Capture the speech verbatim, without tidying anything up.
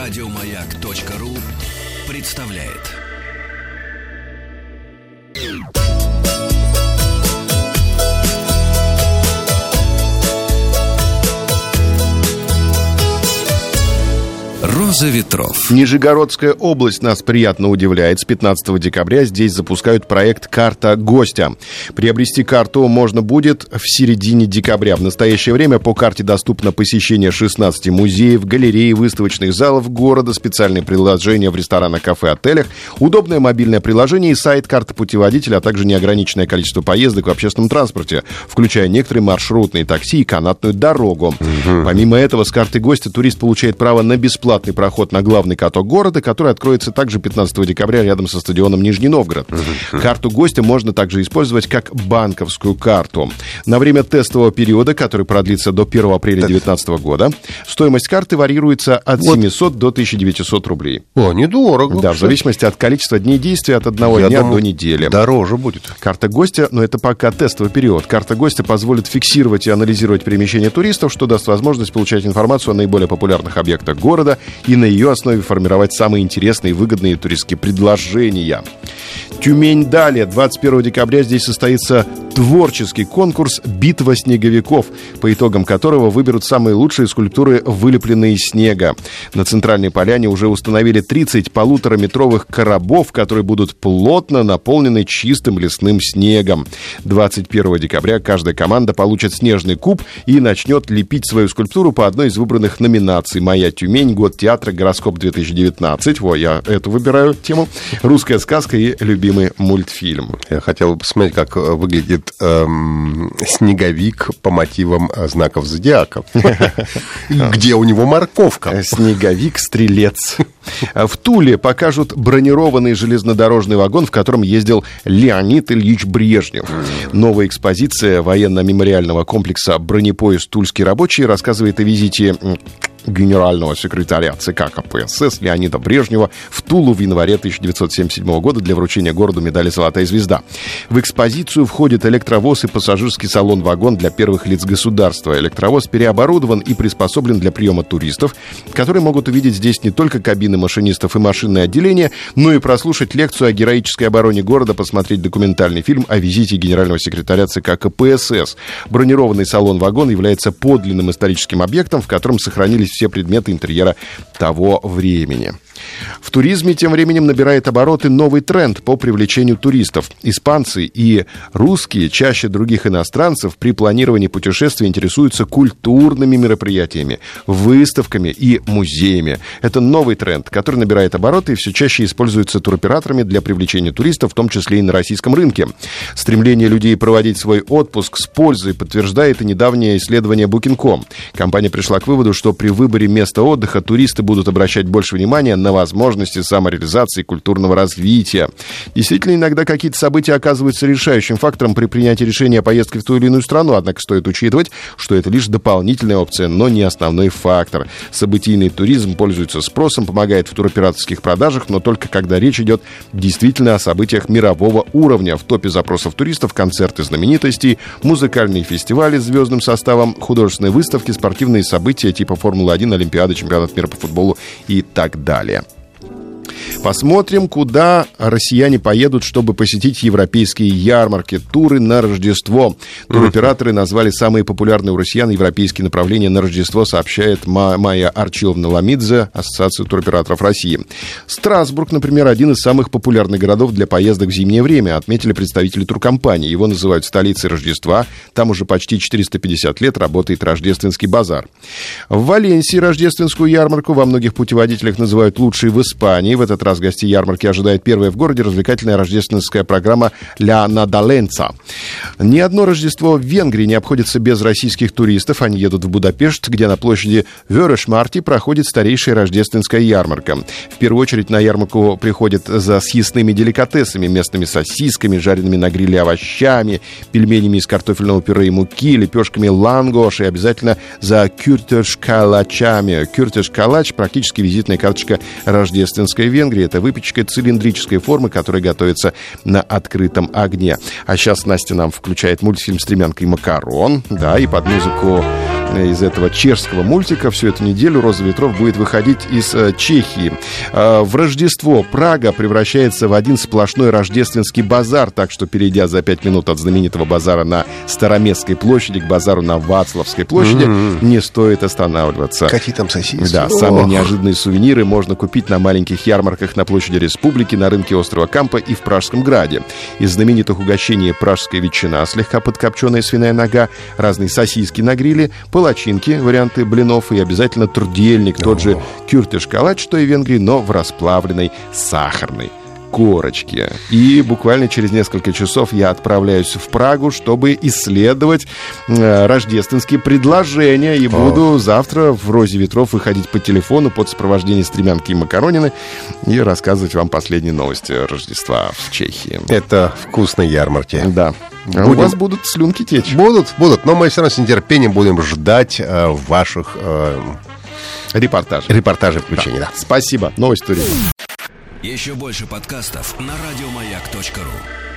Радиомаяк.ру представляет. Роза ветров. Нижегородская область нас приятно удивляет. С пятнадцатого декабря здесь запускают проект «Карта гостя». Приобрести карту можно будет в середине декабря. В настоящее время по карте доступно посещение шестнадцати музеев, галерей, выставочных залов города, специальные приложения в ресторанах, кафе, отелях, удобное мобильное приложение и сайт «Карта путеводителя», а также неограниченное количество поездок в общественном транспорте, включая некоторые маршрутные такси и канатную дорогу. Угу. Помимо этого, с карты гостя турист получает право на бесплатный проход на главный каток города, который откроется также пятнадцатого декабря рядом со стадионом Нижний Новгород. Uh-huh. Карту гостя можно также использовать как банковскую карту. На время тестового периода, который продлится до первого апреля две тысячи девятнадцатого года, стоимость карты варьируется от вот. семисот до тысяча девятисот рублей. О, недорого. Да, в зависимости от количества дней действия, от одного Я дня думал, до недели. Дороже будет. Карта гостя, но это пока тестовый период. Карта гостя позволит фиксировать и анализировать перемещение туристов, что даст возможность получать информацию о наиболее популярных объектах города и на ее основе формировать самые интересные и выгодные туристские предложения. Тюмень далее. двадцать первого декабря здесь состоится творческий конкурс «Битва снеговиков», по итогам которого выберут самые лучшие скульптуры, вылепленные из снега. На центральной поляне уже установили тридцать полутораметровых коробов, которые будут плотно наполнены чистым лесным снегом. двадцать первого декабря каждая команда получит снежный куб и начнет лепить свою скульптуру по одной из выбранных номинаций. «Моя Тюмень», «Год театра», «Гороскоп две тысячи девятнадцать». Во, я эту выбираю тему. «Русская сказка» и любимый мультфильм. Я хотел бы посмотреть, как выглядит эм, снеговик по мотивам знаков зодиака. Где у него морковка? Снеговик-стрелец. В Туле покажут бронированный железнодорожный вагон, в котором ездил Леонид Ильич Брежнев. Новая экспозиция военно-мемориального комплекса «Бронепоезд Тульский рабочий» рассказывает о визите генерального секретаря ЦК КПСС Леонида Брежнева в Тулу в январе тысяча девятьсот семьдесят седьмого года для вручения городу медали «Золотая звезда». В экспозицию входит электровоз и пассажирский салон-вагон для первых лиц государства. Электровоз переоборудован и приспособлен для приема туристов, которые могут увидеть здесь не только кабины машинистов и машинное отделение, но и прослушать лекцию о героической обороне города, посмотреть документальный фильм о визите генерального секретаря ЦК КПСС. Бронированный салон-вагон является подлинным историческим объектом, в котором сохранились все предметы интерьера того времени. В туризме тем временем набирает обороты новый тренд по привлечению туристов. Испанцы и русские чаще других иностранцев при планировании путешествий интересуются культурными мероприятиями, выставками и музеями. Это новый тренд, который набирает обороты и все чаще используется туроператорами для привлечения туристов, в том числе и на российском рынке. Стремление людей проводить свой отпуск с пользой подтверждает и недавнее исследование букинг точка ком. Компания пришла к выводу, что при выборе места отдыха туристы будут обращать больше внимания на возможности самореализации и культурного развития. Действительно, иногда какие-то события оказываются решающим фактором при принятии решения о поездке в ту или иную страну, однако стоит учитывать, что это лишь дополнительная опция, но не основной фактор. Событийный туризм пользуется спросом, помогает в туроператорских продажах, но только когда речь идет действительно о событиях мирового уровня. В топе запросов туристов концерты знаменитостей, музыкальные фестивали с звездным составом, художественные выставки, спортивные события типа Формулы один, Олимпиады, Чемпионат мира по футболу и так далее. Посмотрим, куда россияне поедут, чтобы посетить европейские ярмарки, туры на Рождество. Туроператоры назвали самые популярные у россиян европейские направления на Рождество, сообщает Майя Арчиловна Ламидзе, Ассоциация туроператоров России. Страсбург, например, один из самых популярных городов для поездок в зимнее время, отметили представители туркомпании. Его называют столицей Рождества. Там уже почти четыреста пятьдесят лет работает рождественский базар. В Валенсии рождественскую ярмарку во многих путеводителях называют лучшей в Испании. В этот раз гостей ярмарки ожидает первая в городе развлекательная рождественская программа «Ля Надаленца». Ни одно Рождество в Венгрии не обходится без российских туристов. Они едут в Будапешт, где на площади Вёрешмарти проходит старейшая рождественская ярмарка. В первую очередь на ярмарку приходят за съестными деликатесами, местными сосисками, жареными на гриле овощами, пельменями из картофельного пюре и муки, лепешками лангош и обязательно за кюртеш-калачами. Кюртеш-калач — практически визитная карточка рождественской Венгрии. Это выпечка цилиндрической формы, которая готовится на открытом огне. А сейчас Настя нам включает мультфильм «Стремянка и макарон». Да, и под музыку из этого чешского мультика. Всю эту неделю «Роза ветров» будет выходить из Чехии. В Рождество Прага превращается в один сплошной рождественский базар, так что, перейдя за пять минут от знаменитого базара на Староместской площади к базару на Вацлавской площади, mm-hmm. не стоит останавливаться. Какие там сосиски? Да, самые неожиданные сувениры можно купить на маленьких ярмарках на площади Республики, на рынке острова Кампа и в Пражском граде. Из знаменитых угощений пражская ветчина, слегка подкопченая свиная нога, разные сосиски на гриле, палачинки, варианты блинов и обязательно трудельник, тот же кюртеш-калач, что и в Венгрии, но в расплавленной сахарной корочки. И буквально через несколько часов я отправляюсь в Прагу, чтобы исследовать э, рождественские предложения. И буду О. завтра в «Розе ветров» выходить по телефону под сопровождение стремянки и макаронины и рассказывать вам последние новости Рождества в Чехии. Это вкусные ярмарки. Да. Будем... У вас будут слюнки течь. Будут, будут. Но мы все равно с нетерпением будем ждать э, ваших э, репортажей. Репортажей включений. Да. Да. Спасибо. Новость туризма. Еще больше подкастов на радиомаяк точка ру.